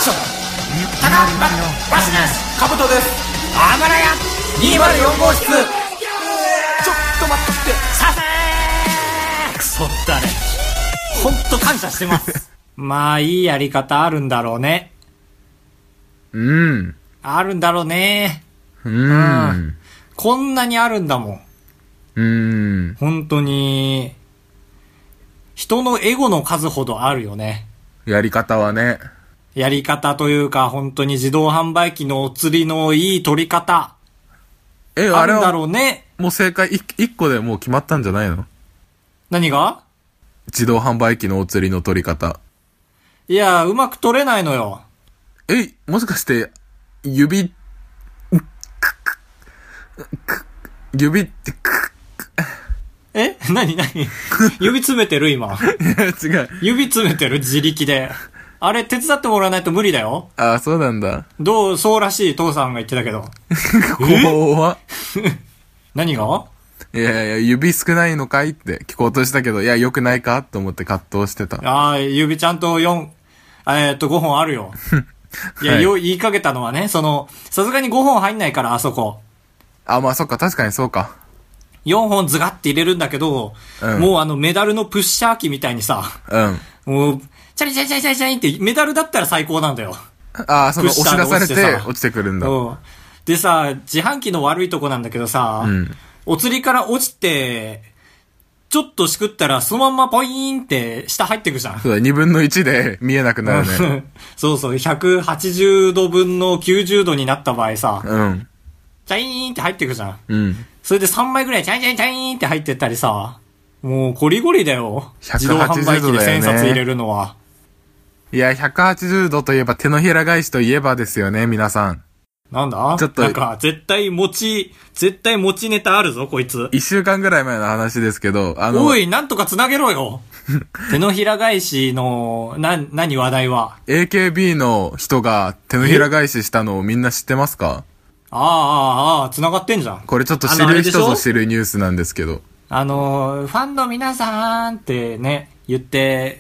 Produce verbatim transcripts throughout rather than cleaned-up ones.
ション高橋バシですカブトです。あばらやにーまるよん号室。ちょっと待ってさせーくそったね。ほんと感謝してますまあいいやり方あるんだろうね。 うんあるんだろうね。 うん、うん、 こんなにあるんだもん。 うん本当に人のエゴの数ほどあるよね。 やり方はね。 やり方というか本当に自動販売機のお釣りのいい取り方。 え、 あるんだろうね。 もう正解いっこでもう決まったんじゃないの？ 何が？ 自動販売機のお釣りの取り方。 いや、うまく取れないのよ。 え、もしかして指指ってえ何何指詰めてる今。 違う。 指詰めてる自力で。あれ手伝ってもらわないと無理だよ。 ああ、そうなんだ。 どう、そうらしい父さんが言ってたけど。 怖っ。何が？ いやいや、指少ないのかいって聞こうとしたけど、いや、良くないかと思って葛藤してた。 ああ、指ちゃんとよん、えー、っとごほんあるよ。いや、はい、よ、言いかけたのはね、その、さすがにごほん入んないから、あそこ。 あ、まあそっか、確かにそうか。 よんほんズガって入れるんだけど、うん、もうあのメダルのプッシャー機みたいにさ、 うん。 もう、チャリチャリチャリチャリチャリってメダルだったら最高なんだよ。 ああ、その押し出されて落ちてくるんだ。 うん。でさ、自販機の悪いとこなんだけどさ、うん、お釣りから落ちて、ちょっとしくったらそのまんまポイーンって下入ってくじゃん。 そうだ、にぶんのいちで見えなくなるね。 そうそう、ひゃくはちじゅうどぶんのきゅうじゅうどになった場合さ、 うん。 チャイーンって入ってくじゃん。 うん。 それでさんまいぐらいチャイチャイチャイーンって入ってったりさ、もうゴリゴリだよ。自動販売機で千冊入れるのは。 いや、ひゃくはちじゅうどといえば手のひら返しといえばですよね、皆さん。 なんだ？ちょっと。なんか、絶対持ち、絶対持ちネタあるぞ、こいつ。 一週間ぐらい前の話ですけど、あの。 おい、なんとか繋げろよ。手のひら返しの、な、何話題は。 エーケービー の人が手のひら返ししたのをみんな知ってますか？ ああ、ああ、ああ、繋がってんじゃん。 これちょっと知る人ぞ知るニュースなんですけど。 あの、ファンの皆さんってね、言って、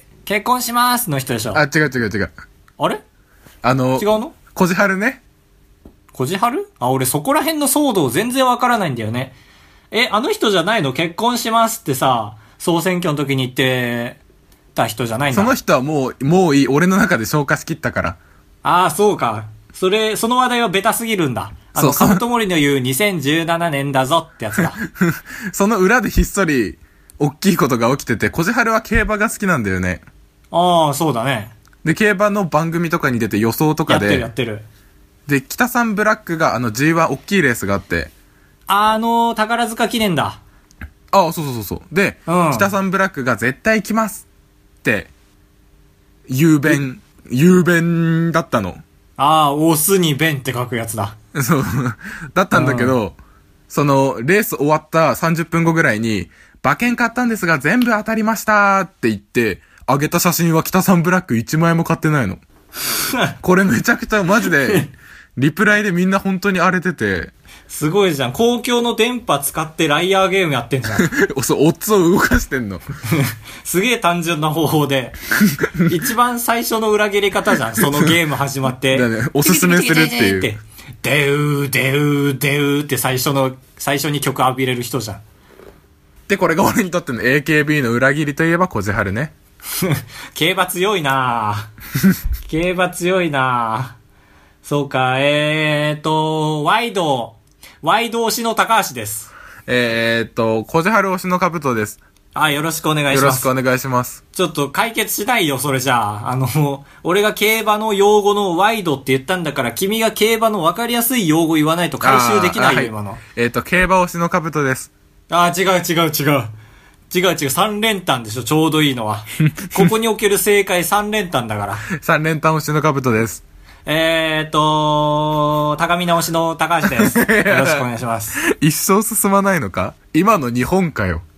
結婚しますの人でしょ。 あ、違う違う違う。 あれ？ あの、 違うの？ こじはるね。 こじはる？あ、俺そこら辺の騒動全然わからないんだよね。え、あの人じゃないの？結婚しますってさ、総選挙の時に言ってた人じゃないんだ。 その人はもう、もういい。俺の中で消化しきったから。 ああ、そうか。それ、その話題はベタすぎるんだ。あの、カブトモリの言うにせんじゅうななねんだぞってやつだ。 その裏でひっそり、大きいことが起きてて、こじはるは競馬が好きなんだよね。 ああ、そうだね。 で、競馬の番組とかに出て予想とかで。 やってるやってる。 で、北さんブラックがあの ジーワン 大きいレースがあって。 あの、宝塚記念だ。 ああ、そうそうそうそう。で、うん、北さんブラックが絶対来ますって、雄弁、雄弁だったの。 ああ、オスに弁って書くやつだ。 そう。だったんだけど、うん、その、レース終わったさんじゅっぷんごぐらいに、馬券買ったんですが全部当たりましたって言って、あげた写真は北さんブラックいちまいも買ってないの。これめちゃくちゃマジで、リプライでみんな本当に荒れてて。 すごいじゃん。公共の電波使ってライアーゲームやってんじゃん。 そう、オッズを動かしてんの。 すげえ単純な方法で。一番最初の裏切り方じゃん。そのゲーム始まって。 だね、おすすめするっていう。 でうでうでうって最初の、最初に曲浴びれる人じゃん。 で、これが俺にとっての エーケービー の裏切りといえばこじはるね。 競馬強いなぁ。競馬強いなぁ。そうか、えーと、ワイド、ワイド推しの高橋です。 えーと、こじはる推しのかぶとです。 あ、よろしくお願いします。 よろしくお願いします。 ちょっと解決しないよ、それじゃあ。あの、俺が競馬の用語のワイドって言ったんだから、君が競馬の分かりやすい用語言わないと回収できないよ、今の。 えーと、競馬推しのかぶとです。 あ、違う違う違う。違う違う、三連単でしょ、ちょうどいいのは。ここにおける正解三連単だから。 三連単推しのかぶとです。 えーと、高見直しの高橋です。よろしくお願いします。 一生進まないのか？今の日本かよ。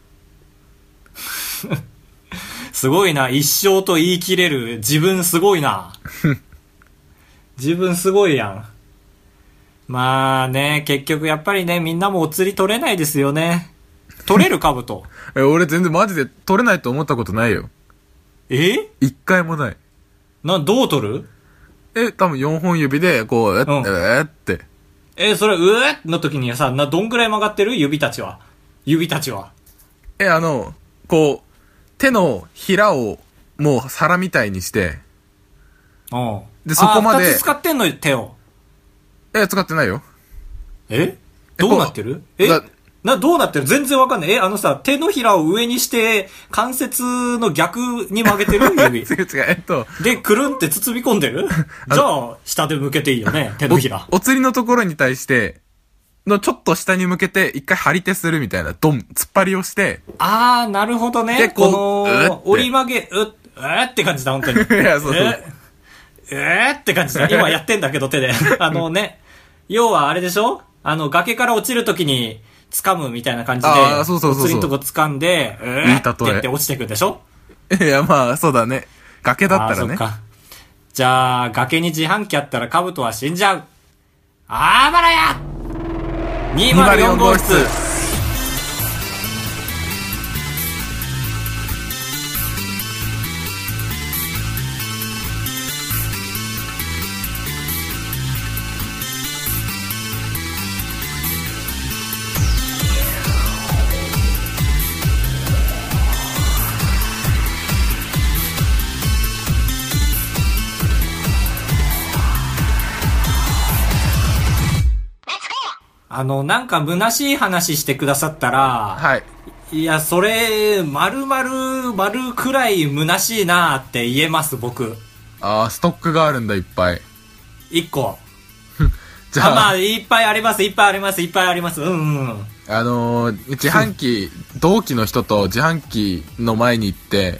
すごいな、一生と言い切れる自分すごいな。自分すごいやん。まあね、結局やっぱりね、みんなもお釣り取れないですよね。取れるかぶと。 え、俺全然マジで取れないと思ったことないよ。 え？ 一回もない。 な、どう取る？ え、多分よんほん指で、こう、えっ、うん、えー、って。 えー、それ、うえの時にさ、な、どんぐらい曲がってる指たちは。指たちは。 え、あの、こう、手のひらを、もう皿みたいにして、 うん。 で、そこまで。 あ、ふたつ使ってんの手を。 え、使ってないよ。 えどうなってるえな、どうなってる全然わかんない。え、あのさ、手のひらを上にして、関節の逆に曲げてる指。 違う違う、えっと。 で、くるんって包み込んでるじゃあ、下で向けていいよね、手のひら。 お、お釣りのところに対して、のちょっと下に向けて、一回張り手するみたいな、ドン、突っ張りをして。 あー、なるほどね。で、この、折り曲げ、うっ、えーって感じだ、本当に。 いや、そうそう。 えー、えーって感じだ。今やってんだけど、手で。あのね、要はあれでしょあの、崖から落ちるときに、掴むみたいな感じで、 あ、そうそうそうそう、お釣りのとこ掴んで、うーってやって落ちてくんでしょ。 いや、まあ、そうだね。崖だったらね。 あ、そっか。じゃあ、崖に自販機あったらカブトは死んじゃう。あばらや !にまるよん 号室。あの、なんか虚しい話してくださったら、 はい。 いや、それ、丸々、丸くらい虚しいなーって言えます、僕。 ああ、ストックがあるんだ、いっぱい。 一個。 じゃあ、 あ、まあ、いっぱいあります、いっぱいあります、いっぱいあります。うんうん。 あのー、自販機、同期の人と自販機の前に行って、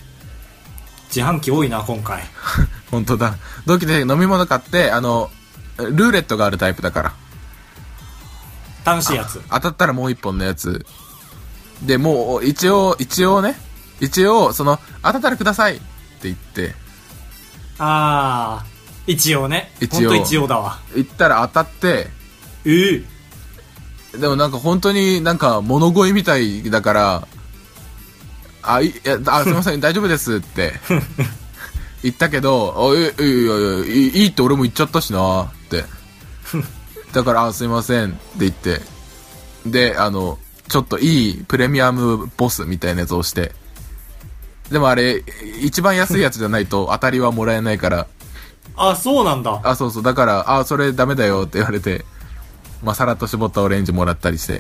自販機多いな、今回。 本当だ。同期で飲み物買って、あの、ルーレットがあるタイプだから。 楽しいやつ。 当たったらもう一本のやつ。で、もう、一応、一応ね、一応、その、当たったらくださいって言って。 あー、一応ね。一応。ほんと一応だわ。 言ったら当たって。 ええでもなんか本当になんか物乞いみたいだから、あ、い、いや、あ、すいません、大丈夫ですって。言ったけど、あ、え、いやいやいや、いいって俺も言っちゃったしなって。だから、あ、すいませんって言って、で、あの、ちょっといいプレミアムボスみたいなやつをして、でもあれ、一番安いやつじゃないと当たりはもらえないから。 あ、そうなんだ。 あ、そうそう、だから、あ、それダメだよって言われて、まあ、さらっと絞ったオレンジもらったりして。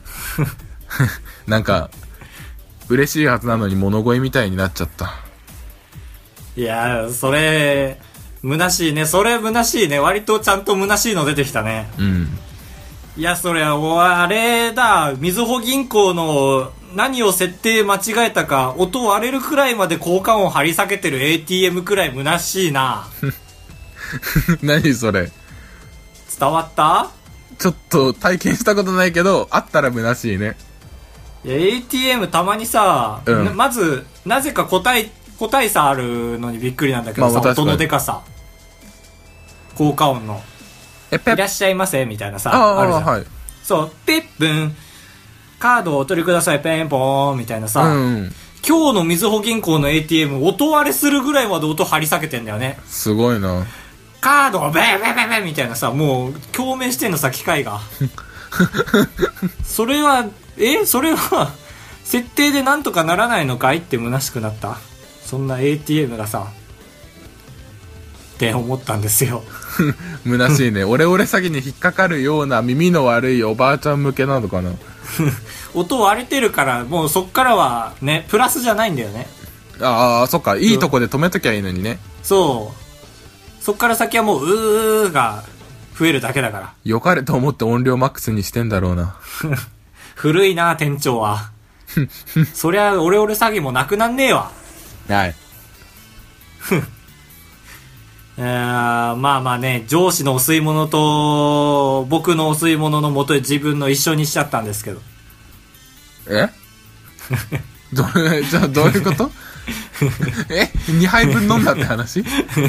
なんか、嬉しいはずなのに物乞いみたいになっちゃった。 いやー、それ、虚しいね。それ虚しいね。割とちゃんと虚しいの出てきたね。 うん。 いや、それは、あれだ。みずほ銀行の何を設定間違えたか、音割れるくらいまで効果音張り裂けてる エーティーエム くらい虚しいな。 何それ。 伝わった？ ちょっと体験したことないけど、あったら虚しいね。 いや、エーティーエム たまにさ、うん、まず、なぜか個体、個体差あるのにびっくりなんだけどさ、まあ、音のでかさ。効果音の。 え、ペッいらっしゃいませみたいなさ、 あ, あるじゃん。 はい、 そう、ピップン、カードをお取りください、ペンポーンみたいなさ、うん、今日のみずほ銀行の エーティーエム、音割れするぐらいまで音張り裂けてんだよね。 すごいな。 カードをベーベーベーベーみたいなさ、もう、共鳴してんのさ、機械が。それは、えそれは、設定でなんとかならないのかいって虚しくなった。そんな エーティーエム がさ、って思ったんですよ。 虚しいね。オレオレ詐欺に引っかかるような耳の悪いおばあちゃん向けなのかな。 音割れてるからもうそっからはねプラスじゃないんだよね。 ああ、そっか、いいとこで止めときゃいいのにね。 そうそっから先はもううーが増えるだけだから。 よかれと思って音量マックスにしてんだろうな。 古いな店長は。そりゃオレオレ詐欺もなくなんねえわ。 はい。 えー、まあまあね、上司のお吸い物と僕のお吸い物の元で自分の一緒にしちゃったんですけど。 えどれじゃあどういうこと？えにはいぶん飲んだって話？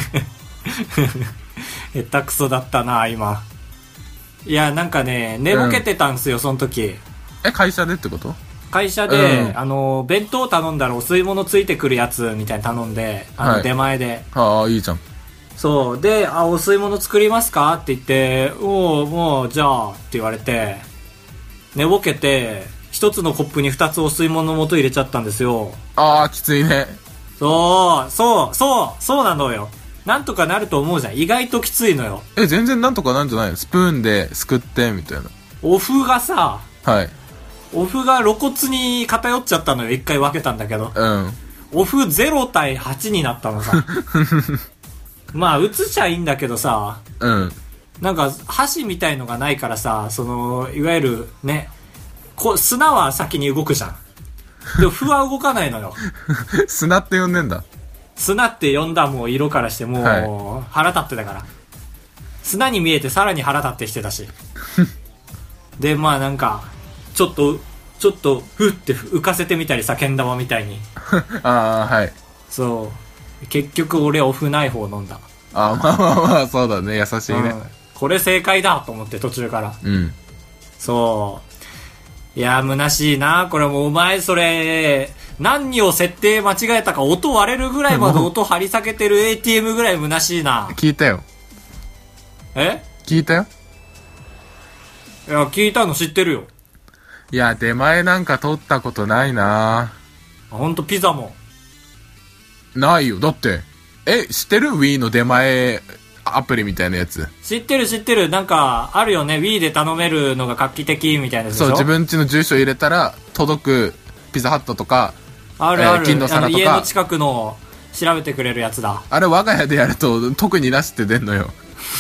下手くそだったな今。いやなんかね寝ぼけてたんすよ、うん、その時。 え会社でってこと？ 会社で、うん、あの弁当頼んだらお吸い物ついてくるやつみたいに頼んで、あの出前で、 はい、ああいいじゃん。 そうで、あ、お吸い物作りますかって言って、おお、もうじゃあって言われて、寝ぼけて一つのコップに二つお吸い物の素入れちゃったんですよ。 ああ、きついね。 そうそうそうそうなのよ。なんとかなると思うじゃん。意外ときついのよ。 え、全然なんとかなんじゃないの？スプーンですくってみたいな。 お麩がさ、 はい。 お麩が露骨に偏っちゃったのよ。一回分けたんだけど。 うん。 お麩ゼロ対はちになったのさ。まあ移しちゃいいんだけどさ、 うん。 なんか箸みたいのがないからさ、そのいわゆるね、こ砂は先に動くじゃん。でも麩は動かないのよ。 砂って呼んでんだ。 砂って呼んだ、もう色からしてもう、はい、腹立ってたから。砂に見えてさらに腹立ってきてたし。でまあなんかちょっとちょっとふって浮かせてみたりさ、けん玉みたいに。 ああ、はい。 そう結局俺お麩ない方飲んだ。 ああ、まあまあまあ、そうだね、優しいね、うん、 これ正解だと思って途中から。 うん。 そういや虚しいなこれ。もうお前それ何を設定間違えたか音割れるぐらいまで音張り下げてる エーティーエム ぐらい虚しいな。 聞いたよ。 え聞いたよ。 いや聞いたの知ってるよ。 いや出前なんか取ったことないな。 ほんとピザもないよ。だってえ知ってる Wii の出前アプリみたいなやつ。 知ってる知ってる。なんかあるよね、 Wii で頼めるのが画期的みたいなやつでしょ。 そう、自分家の住所入れたら届くピザハットとかあるある、えー、 金の皿とか家の近くの調べてくれるやつだ。 あれ我が家でやると特になしって出んのよ。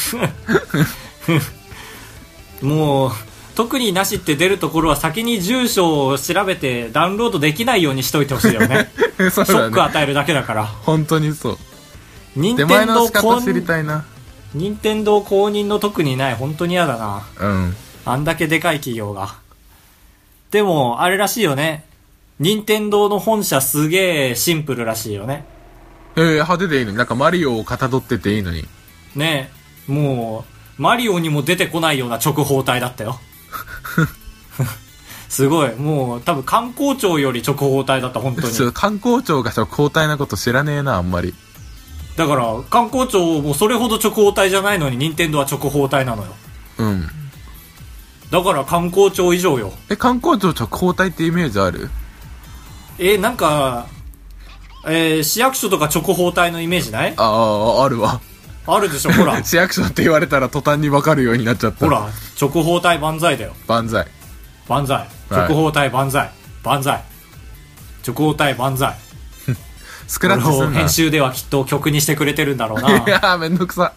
もう特になしって出るところは先に住所を調べてダウンロードできないようにしといてほしいよね。そうだね、ショック与えるだけだから。 本当にそう。 任天堂出前の仕方知りたいな。 任天堂公認の特にない。本当に嫌だな。 うん。 あんだけでかい企業が。でもあれらしいよね、任天堂の本社すげえシンプルらしいよね。 えー、派手でいいのに。なんかマリオをかたどってていいのにねえ。もうマリオにも出てこないような直方体だったよ。すごい。もう多分観光庁より直方体だった。本当に観光庁が直方体なこと知らねえな、あんまり。 だから観光庁もそれほど直方体じゃないのに任天堂は直方体なのよ。 うん。 だから観光庁以上よ。 え、観光庁直方体ってイメージある？ え、なんか、えー、市役所とか直方体のイメージない？ ああ、あるわ。 あるでしょ、ほら。 市役所って言われたら途端に分かるようになっちゃった。 ほら、直方体万歳だよ。 万歳。 万歳。直方体万歳。万歳。直方体万歳。 スクラッチすんな。 編集ではきっと曲にしてくれてるんだろうな。 いやー、めんどくさ。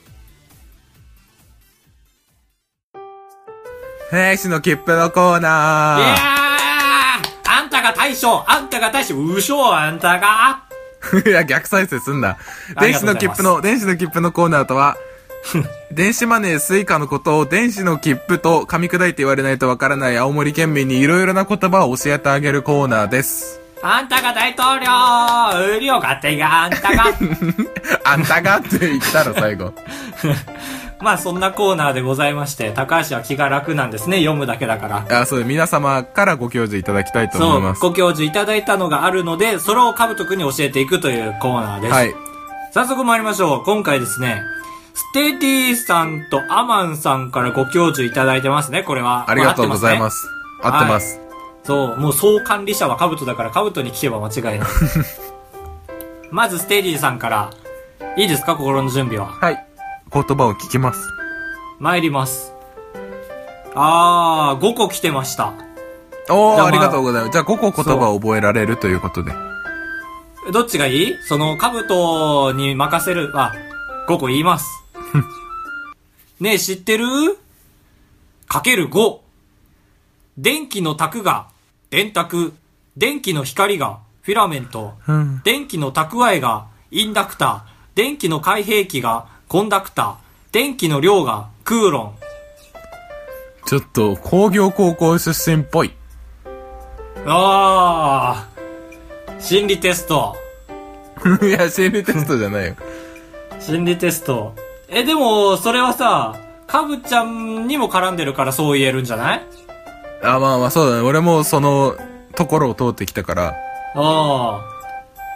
兵士の切符のコーナー。 いやー、あんたが大将、あんたが大将、うしょう、あんたが。 いや、逆再生すんな。電子の切符の、電子の切符のコーナーとは、電子マネースイカのことを電子の切符と噛み砕いて言われないとわからない青森県民にいろいろな言葉を教えてあげるコーナーです。 あんたが大統領、売りを買ってがあんたが。 あんたがって言ったら最後。 まあそんなコーナーでございまして、高橋は気が楽なんですね、読むだけだから。 あ、そう、皆様からご教授いただきたいと思います。 そう、ご教授いただいたのがあるので、それをかぶとくんに教えていくというコーナーです。はい。早速参りましょう。今回ですね、ステディさんとアマンさんからご教授いただいてますね、これは。 ありがとうございます。合ってます。 はい、そう、もう総管理者はカブトだからカブトに聞けば間違いない。まずステディさんから、いいですか、心の準備は。 はい。言葉を聞きます。 参ります。あー、ごこ来てました。 おー、まあ、ありがとうございます。じゃあごこ言葉を覚えられるということで。 どっちがいい？その、カブトに任せる、あ、ごこ言います。ねえ、知ってる？かけるご。電気の卓が、電卓。電気の光が、フィラメント。うん、電気の蓄えが、インダクター。電気の開閉器が、コンダクター。電気の量が、クーロン。 ちょっと、工業高校出身っぽい。 あー。心理テスト。 いや、心理テストじゃないよ。 心理テスト。え、でも、それはさ、カブちゃんにも絡んでるからそう言えるんじゃない？ あ、まあまあそうだね。俺もそのところを通ってきたから。 ああ。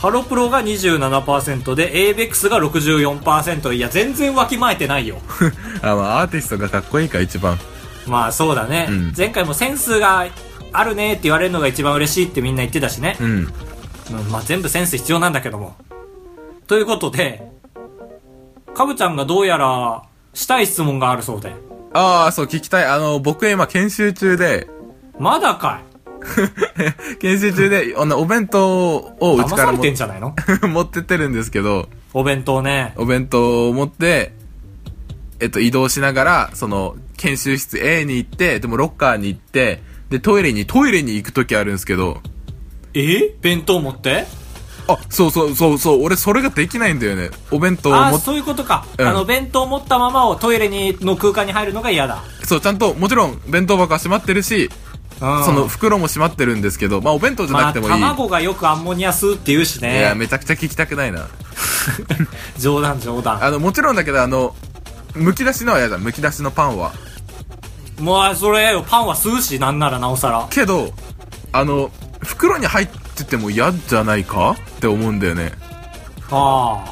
ハロプロが にじゅうななパーセント で エーベックス が ろくじゅうよんパーセント。いや全然わきまえてないよあ、まあアーティストがかっこいいか一番。 まあそうだね、うん、前回もセンスがあるねって言われるのが一番嬉しいってみんな言ってたしね、 うん、 うん、まあ全部センス必要なんだけども。ということでかぶちゃんがどうやらしたい質問があるそうで。 ああ、そう聞きたい。あの僕今研修中で。 まだかい研修中であのお弁当をうちから騙されてんじゃないの持ってってるんですけど。 お弁当ね。 お弁当を持ってえっと移動しながらその研修室 A に行って、でもロッカーに行ってでトイレにトイレに行く時あるんですけど。 え弁当持って？ あ、そうそうそうそう、俺それができないんだよね。お弁当を持っあ、そういうことか、 うん、 あの弁当持ったままをトイレにの空間に入るのが嫌だ。 そう、ちゃんともちろん弁当箱は閉まってるし、 うん、 その袋も閉まってるんですけど、まあお弁当じゃなくてもいい、 まあ、卵がよくアンモニア吸うって言うしね。 いやめちゃくちゃ聞きたくないな冗談冗談。 あのもちろんだけど、あのむき出しのは嫌だ。むき出しのパンはもうそれパンは吸うし、なんならなおさら。 けどあの袋に入ってても嫌じゃないかって思うんだよね。 あ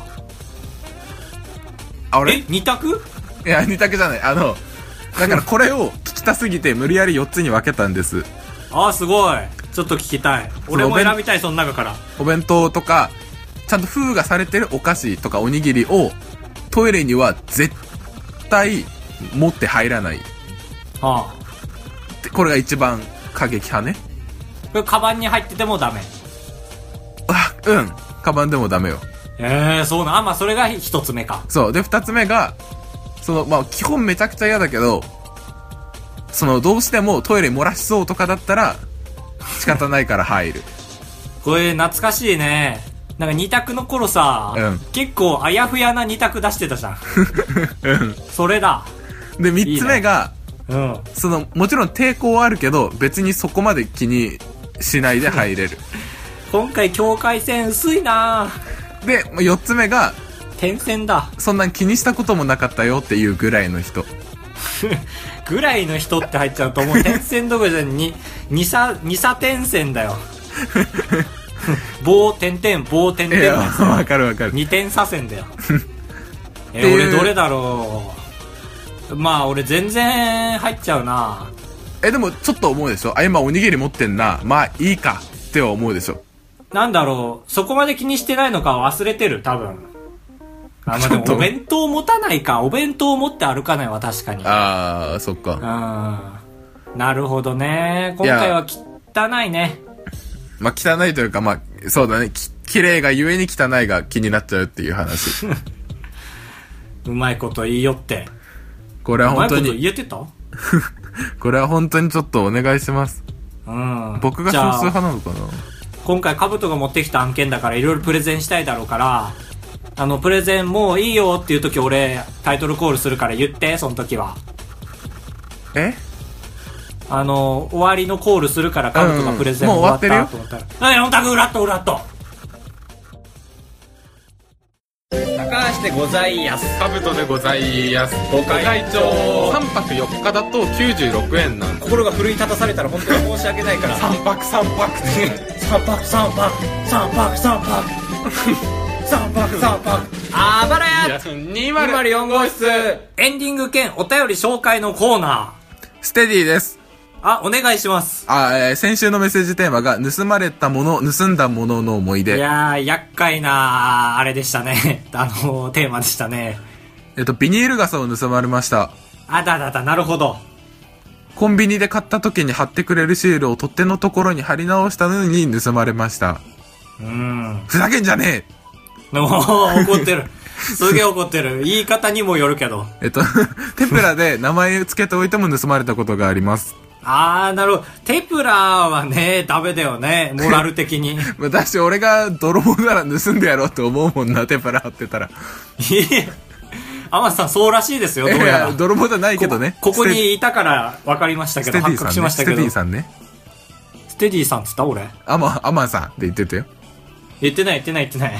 あ、 あれえ二択？ いや二択じゃない。あのだからこれを聞きたすぎて無理やりよっつに分けたんです。 ああすごい、ちょっと聞きたい。俺も選びたい、その中から。 お弁当とかちゃんと封がされてるお菓子とかおにぎりをトイレには絶対持って入らない。 ああ、これが一番過激派ね。 これカバンに入っててもダメ？ あ、うん、カバンでもダメよ。 ええー、そうな。あ、まあそれが一つ目か。 そうで二つ目がそのまあ基本めちゃくちゃ嫌だけど、そのどうしてもトイレ漏らしそうとかだったら仕方ないから入るこれ懐かしいね。なんか二択の頃さ、うん、結構あやふやな二択出してたじゃん、うん、それだ。 で三つ目がいい、ね、うん、 そのもちろん抵抗はあるけど別にそこまで気にしないで入れる今回境界線薄いな。 でよっつめが点線だ。 そんな気にしたこともなかったよっていうぐらいの人ぐらいの人って入っちゃうともう点線どころじゃに二差二差点線だよ棒点々棒点々。 わかるわかる。 二点差線だよえ俺どれだろう。まあ俺全然入っちゃうな。 えでもちょっと思うでしょ。あ、今おにぎり持ってんな、まあいいかっては思うでしょ。 なんだろう、そこまで気にしてないのか忘れてる多分。あ、まあ、でもお弁当持たないか。お弁当持って歩かないわ、確かに。 ああ、そっか。 うん、なるほどね。今回は汚いね。 まあ汚いというか、まあそうだね、き綺麗がゆえに汚いが気になっちゃうっていう話うまいこと言いよって。 これは本当にうまいこと言えてたこれは本当にちょっとお願いします。 うん、 僕が少数派なのかな。 今回カブトが持ってきた案件だからいろいろプレゼンしたいだろうから、あのプレゼンもういいよっていう時俺タイトルコールするから言って。その時はえあの終わりのコールするからカブトがプレゼン終わったと思ったら、はい、オタクウラットウラット高橋でございやす。 カブトでございやす。 ご会長さんぱくよっかだときゅうじゅうろくえんなんで。 心が奮い立たされたら本当に申し訳ないからさんぱくさんぱくってさんぱくさんぱくさんぱくさんぱくさんぱくさんぱくあばらやにまるよん号室エンディング兼お便り紹介のコーナーステディです。 あ、お願いします。 あ、えー、先週のメッセージテーマが盗まれたもの、盗んだものの思い出。 いやー厄介なあれでしたねあのテーマでしたね。 えっとビニール傘を盗まれました。 あだだだ、なるほど。 コンビニで買った時に貼ってくれるシールを取っ手のところに貼り直したのに盗まれました。 うーん、 ふざけんじゃねえ。 おー、怒ってるすげえ怒ってる。言い方にもよるけど。 えっとテプラで名前つけておいても盗まれたことがあります。 あー、なるほど。テプラはねダメだよね、モラル的に私俺が泥棒なら盗んでやろうと思うもんな、テプラ貼ってたら。 いや天野さんそうらしいですよ、どうやら。いや泥棒じゃないけどね。 ここ、ここにいたから分かりましたけど、発覚しましたけど。 ステディさんね。 ステディさんっつった俺。 アマ、アマンさんって言ってたよ。 言ってない言ってない言ってない。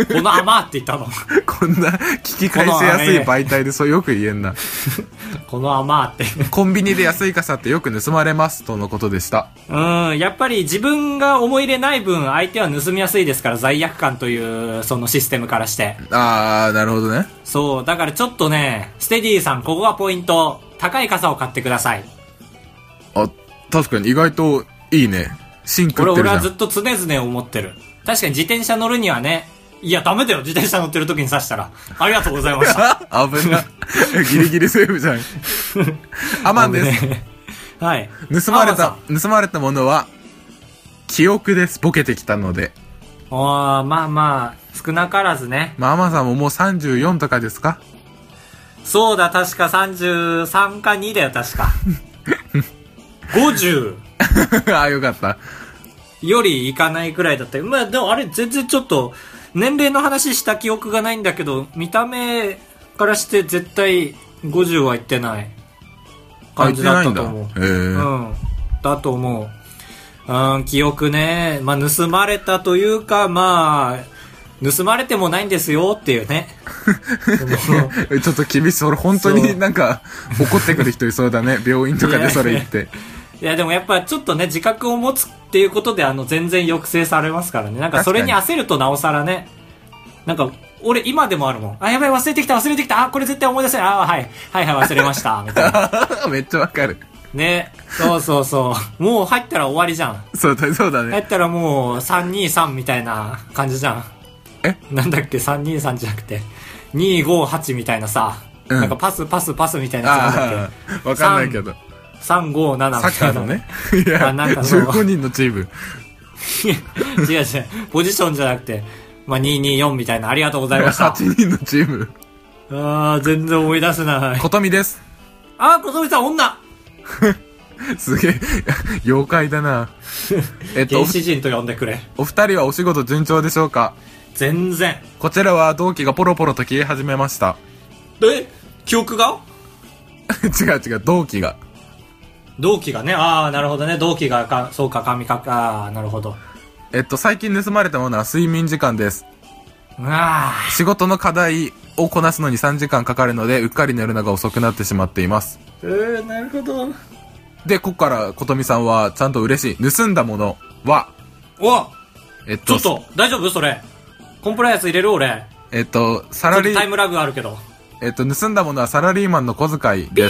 この甘って言ったの。 こんな聞き返しやすい媒体でそうよく言えんな。 この甘って。 コンビニで安い傘ってよく盗まれますとのことでした。 うん、やっぱり自分が思い入れない分相手は盗みやすいですから、罪悪感というそのシステムからして。 あー、なるほどね。 そう、だからちょっとね、ステディさんここがポイント。高い傘を買ってください。 あ、確かに意外といいね。芯食ってるじゃん。 これ俺はずっと常々思ってる。確かに自転車乗るにはね、いやダメだよ、自転車乗ってる時に刺したら。ありがとうございました。 危な。ギリギリセーフじゃん。アマンです。 ね、はい。 盗まれた、盗まれたものは、記憶です。ボケてきたので。 あー、まあまあ、少なからずね。 まあ、アマンさんももうさんじゅうよんとかですか？ そうだ、確かさんじゅうさんかにだよ、確か。ごじゅう。ああ、よかった。 よりいかないくらいだったよ。まあでもあれ全然ちょっと年齢の話した記憶がないんだけど、見た目からして絶対ごじゅうはいってない感じだったと思う。 へえ。うん。 だと思う。うん、記憶ね。まあ盗まれたというか、まあ、盗まれてもないんですよっていうね。 ちょっと厳しい。俺本当になんか怒ってくる人いそうだね。病院とかでそれ言って。 いやでもやっぱちょっとね、自覚を持つっていうことであの全然抑制されますからね。なんかそれに焦るとなおさらね。なんか俺今でもあるもん。あ、やばい忘れてきた忘れてきた。あ、これ絶対思い出せない。あ、はいはいはい忘れましたみたいな。 めっちゃわかる。 ね、そうそうそう。もう入ったら終わりじゃん。 そうだそうだね。 入ったらもうさんにさんみたいな感じじゃん。 え？ なんだっけさんにさんじゃなくてにごはちみたいなさ、うん、なんかパスパスパスみたいなやつなんだっけ。わかんないけど。 さんごななみたいな。 サッカーのね。いや、あ、なんかじゅうごにんのチーム。 違う違う。ポジションじゃなくて、まあ、にによんみたいな。ありがとうございました。 はちにんのチーム。 あー、全然思い出せない。 ことみです。 あー、ことみさん女すげえ、妖怪だな。 えっと、原始人と呼んでくれ。 お二人はお仕事順調でしょうか？ 全然。 こちらは同期がポロポロと消え始めました。 え？記憶が違う違う、同期が。 同期がね、ああ、なるほどね。同期がか、そうか、神か、ああ、なるほど。 えっと、最近盗まれたものは睡眠時間です。 ああ。 仕事の課題をこなすのにさんじかんかかるので、うっかり寝るのが遅くなってしまっています。 えー、なるほど。 で、ここからことみさんはちゃんと嬉しい。盗んだものは、 おえっと、 ちょっと、大丈夫それ。コンプライアンス入れる俺。 えっと、サラリー、 タイムラグあるけど。 えっと、盗んだものはサラリーマンの小遣いです。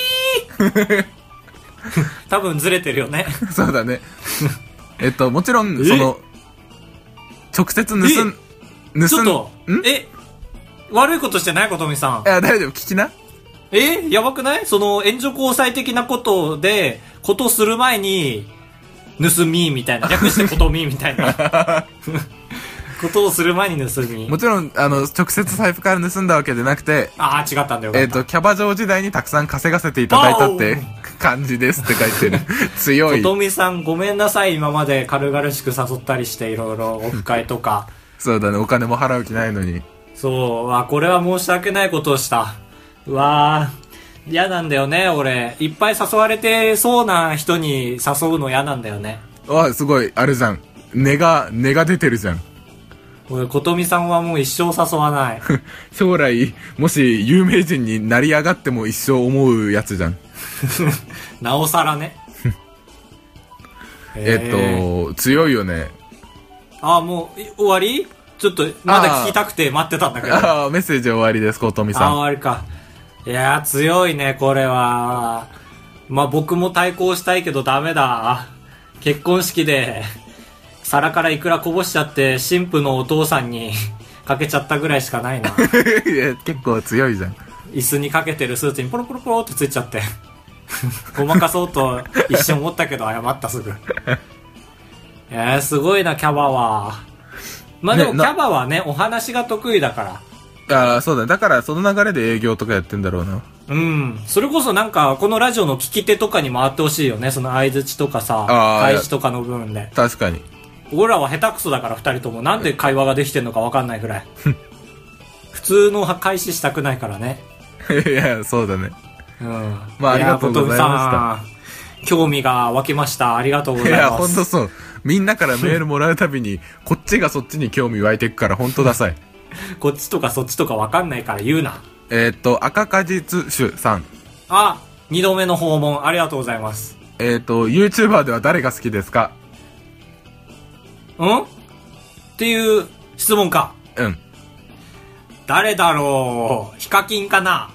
多分ずれてるよね。 そうだね。えっと、もちろん、その、直接盗ん、盗ん、 ちょっと、え、悪いことしてないことみさん。 いや、大丈夫、聞きな。 えやばくない？その、援助交際的なことで、ことする前に、盗みみたいな。略してことみみたいな。ことをする前に盗み。 もちろん、あの、直接財布から盗んだわけじゃなくて、 ああ、違ったんだよ。 えっと、キャバ嬢時代にたくさん稼がせていただいたって感じですって書いてる。強い。 ことみさん、ごめんなさい。今まで軽々しく誘ったりして、いろいろオフ会とか。 そうだね、お金も払う気ないのに。 そう、あ、これは申し訳ないことをした。うわー、嫌なんだよね、俺。いっぱい誘われてそうな人に誘うの嫌なんだよね。 あ、すごい、あれじゃん。根が、根が出てるじゃん。 俺、ことみさんはもう一生誘わない。 将来、もし有名人になり上がっても一生思うやつじゃん。 なおさらね。 えっと、強いよね。 あ、もう、終わり？ちょっと、まだ聞きたくて待ってたんだけど。 ああ、メッセージ終わりです、ことみさん。 あ、終わりか。いやー、強いね、これは。まあ、僕も対抗したいけどダメだ。結婚式で、皿からいくらこぼしちゃって、新婦のお父さんにかけちゃったぐらいしかないな。 いや、結構強いじゃん。 椅子にかけてるスーツにポロポロポロってついちゃって。ごまかそうと一瞬思ったけど謝ったすぐ。えー、すごいな、キャバは。まあでも、キャバはね、お話が得意だから。 ああ、そうだ。だから、その流れで営業とかやってんだろうな。 うん。それこそなんか、このラジオの聞き手とかに回ってほしいよね。その相槌とかさ、開始とかの部分で。 確かに。 俺らは下手くそだから二人とも。なんで会話ができてんのか分かんないぐらい。普通の開始したくないからね。 いや、そうだね。 うん。 まあ、ありがとうございました。 興味が湧きました。ありがとうございます。 いや、ほんとそう。 みんなからメールもらうたびに、こっちがそっちに興味湧いてくから、ほんとダサい。 こっちとかそっちとかわかんないから言うな。 えー、っと、赤果実酒さん。 あ、二度目の訪問、ありがとうございます。 えー、っと、YouTuber では誰が好きですか？ んっていう質問か。 うん。 誰だろう？ヒカキンかな？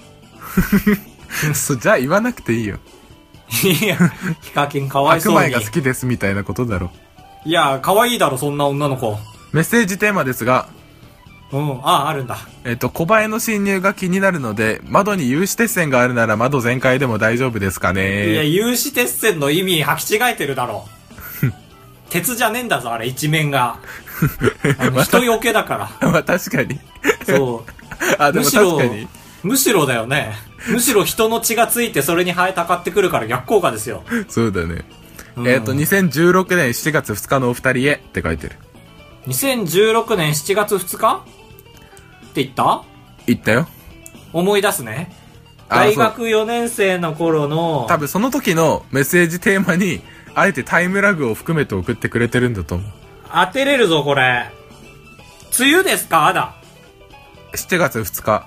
そ、じゃあ言わなくていいよ。 いや、ヒカキンかわいそうに。 白米が好きですみたいなことだろ。 いや、可愛いだろ、そんな女の子。 メッセージテーマですが、 うん、あ、あるんだ。 えっと、小林の侵入が気になるので、窓に有刺鉄線があるなら窓全開でも大丈夫ですかね。 いや、有刺鉄線の意味履き違えてるだろ。鉄じゃねえんだぞ、あれ、一面が。あの人よけだから。 まあ確かに。 そう。 あ、でも確かに。 むしろだよね。むしろ人の血がついてそれに生えたかってくるから逆効果ですよ。 そうだね。うん、えっと、にせんじゅうろくねんしちがつふつかのお二人へって書いてる。 にせんじゅうろくねんしちがつふつかって言った？ 言ったよ。 思い出すね。大学よねん生の頃の。 多分その時のメッセージテーマに、あえてタイムラグを含めて送ってくれてるんだと思う。 当てれるぞ、これ。梅雨ですかだ。 しちがつふつか。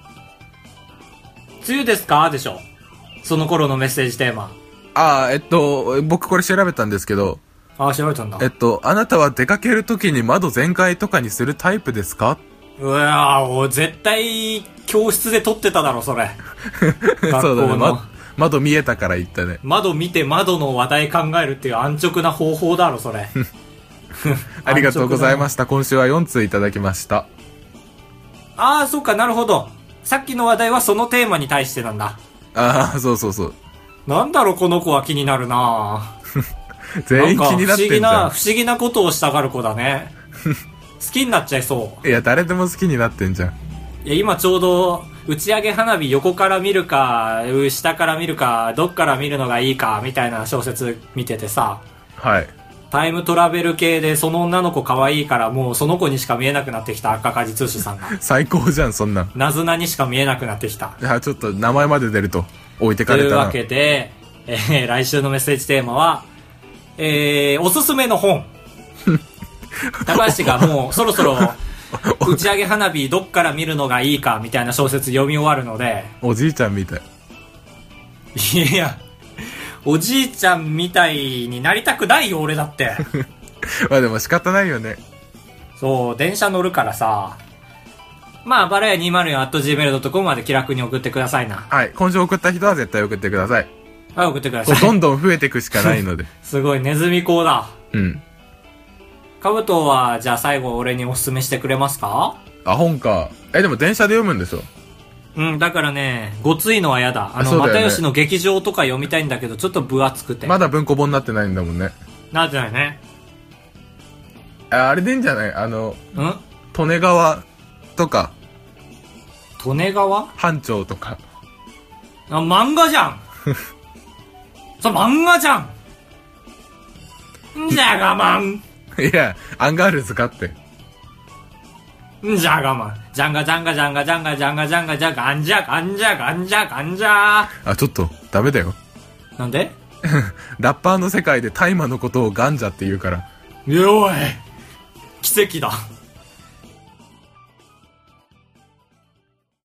梅雨ですかでしょ。その頃のメッセージテーマ。 ああ、えっと、僕これ調べたんですけど。 ああ、調べたんだ。 えっと、あなたは出かけるときに窓全開とかにするタイプですか？ うわぁ、絶対、教室で撮ってただろ、それ。 そうだね、ま、窓見えたから言ったね。 窓見て窓の話題考えるっていう安直な方法だろ、それ。 ありがとうございました。今週はよんつういただきました。 ああ、そっか、なるほど。さっきの話題はそのテーマに対してなんだ。 ああ、そうそうそう。 なんだろ、この子は気になるな全員気になってんじゃん。 なんか不思議な、不思議なことをしたがる子だね。好きになっちゃいそう。 いや、誰でも好きになってんじゃん。 いや、今ちょうど、打ち上げ花火横から見るか、下から見るか、どっから見るのがいいか、みたいな小説見ててさ。 はい。 タイムトラベル系でその女の子可愛いからもうその子にしか見えなくなってきた赤果実酒さんが。 最高じゃん、そんなん。 なずなにしか見えなくなってきた。 いや、ちょっと名前まで出ると置いてかれたな。 というわけで、えー、来週のメッセージテーマは、えー、おすすめの本。高橋がもうそろそろ打ち上げ花火どっから見るのがいいかみたいな小説読み終わるので。 おじいちゃんみたい。 いや、おじいちゃんみたいになりたくないよ、俺だって。 まあでも仕方ないよね。 そう、電車乗るからさ。まあ、バラヤ にーまるよんアットジーメールドットコム まで気楽に送ってくださいな。 はい。今週送った人は絶対送ってください。 はい、送ってください。 どんどん増えていくしかないので。 すごい、ネズミ講だ。 うん。 カブトは、じゃあ最後俺におすすめしてくれますか？ あ、本か。え、でも電車で読むんでしょ？ うん、だからね、ごついのは嫌だ。あの、又吉の劇場とか読みたいんだけど、ちょっと分厚くて。 まだ文庫本になってないんだもんね。 なってないね。 あ、あれでいいんじゃない？あの、 ん？ 利根川とか。 利根川？ 班長とか。 あ、漫画じゃんそれ漫画じゃんんじゃがまんいや、アンガールズかって。 んじゃがまん。ジャンガジャンガジャンガジャンガジャンガジャンガジャンガンジャガンジャガンジャガンジャ。 あ、ちょっと、ダメだよ。 なんで？ ラッパーの世界で大麻のことをガンジャって言うから。 よい、奇跡だ。